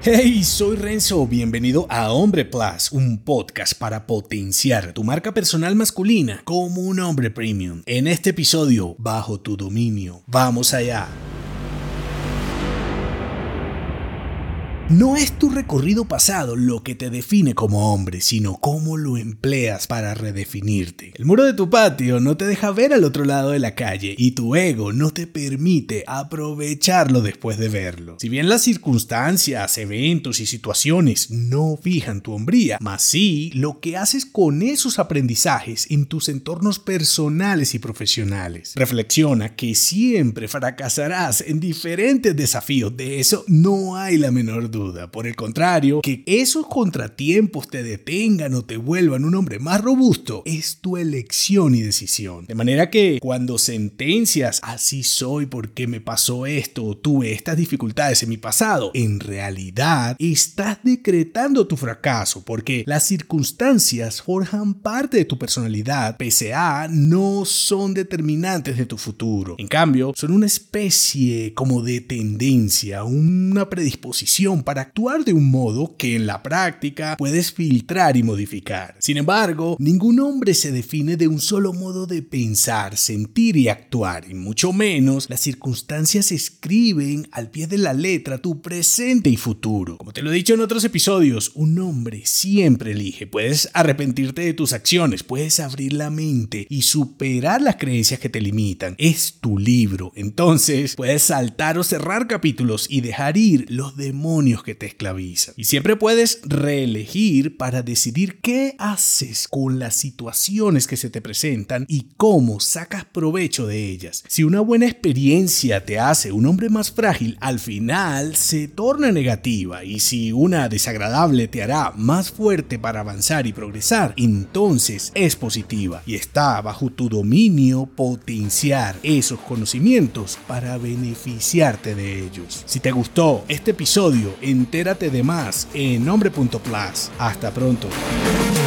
Hey, soy Renzo, bienvenido a Hombre Plus, un podcast para potenciar tu marca personal masculina como un hombre premium. En este episodio, bajo tu dominio. Vamos allá. No es tu recorrido pasado lo que te define como hombre, sino cómo lo empleas para redefinirte. El muro de tu patio no te deja ver al otro lado de la calle y tu ego no te permite aprovecharlo después de verlo. Si bien las circunstancias, eventos y situaciones no fijan tu hombría, más sí lo que haces con esos aprendizajes en tus entornos personales y profesionales. Reflexiona que siempre fracasarás en diferentes desafíos, de eso no hay la menor duda. Por el contrario, que esos contratiempos te detengan o te vuelvan un hombre más robusto es tu elección y decisión. De manera que cuando sentencias así soy porque me pasó esto o tuve estas dificultades en mi pasado, en realidad estás decretando tu fracaso porque las circunstancias forjan parte de tu personalidad, pese a no son determinantes de tu futuro. En cambio, son una especie como de tendencia, una predisposición para actuar de un modo que en la práctica puedes filtrar y modificar. Sin embargo, ningún hombre se define de un solo modo de pensar, sentir y actuar, y mucho menos las circunstancias escriben al pie de la letra tu presente y futuro. Como te lo he dicho en otros episodios, un hombre siempre elige. Puedes arrepentirte de tus acciones, puedes abrir la mente y superar las creencias que te limitan. Es tu libro. Entonces, puedes saltar o cerrar capítulos y dejar ir los demonios que te esclavizan. Y siempre puedes reelegir para decidir qué haces con las situaciones que se te presentan y cómo sacas provecho de ellas. Si una buena experiencia te hace un hombre más frágil, al final se torna negativa, y si una desagradable te hará más fuerte para avanzar y progresar, entonces es positiva y está bajo tu dominio potenciar esos conocimientos para beneficiarte de ellos. Si te gustó este episodio, entérate de más en hombre.plus. Hasta pronto.